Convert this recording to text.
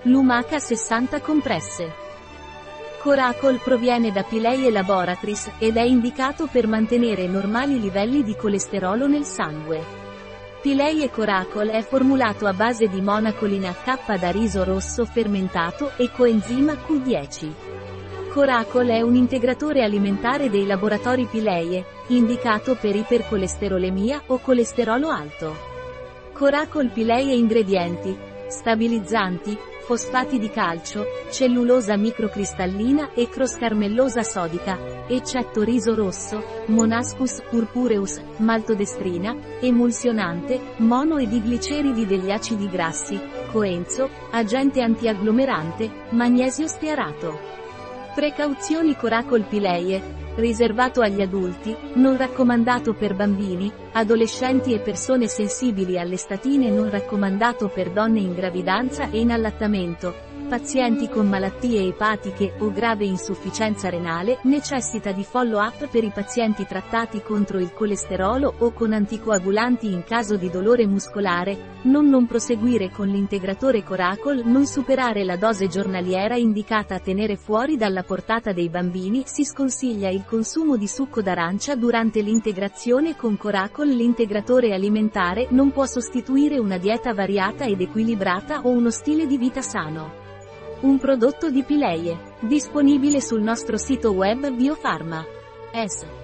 Lumaca 60 compresse. Coracol proviene da Pileie Laboratories, ed è indicato per mantenere normali livelli di colesterolo nel sangue. Pileie Coracol è formulato a base di monacolina K da riso rosso fermentato e coenzima Q10. Coracol è un integratore alimentare dei laboratori Pileie, indicato per ipercolesterolemia o colesterolo alto. Coracol Pileie ingredienti: stabilizzanti, fosfati di calcio, cellulosa microcristallina e croscarmellosa sodica, eccetto riso rosso, Monascus purpureus, maltodestrina, emulsionante, mono e digliceridi degli acidi grassi, coenzo, agente antiagglomerante, magnesio stearato. Precauzioni Coracol Pileie, riservato agli adulti, non raccomandato per bambini, adolescenti e persone sensibili alle statine, non raccomandato per donne in gravidanza e in allattamento, pazienti con malattie epatiche o grave insufficienza renale, necessita di follow-up per i pazienti trattati contro il colesterolo o con anticoagulanti in caso di dolore muscolare, non proseguire con l'integratore Coracol, non superare la dose giornaliera indicata, a tenere fuori dalla portata dei bambini, si sconsiglia il consumo di succo d'arancia durante l'integrazione con Coracol. L'integratore alimentare non può sostituire una dieta variata ed equilibrata o uno stile di vita sano. Un prodotto di Pileie, disponibile sul nostro sito web Biofarma. S.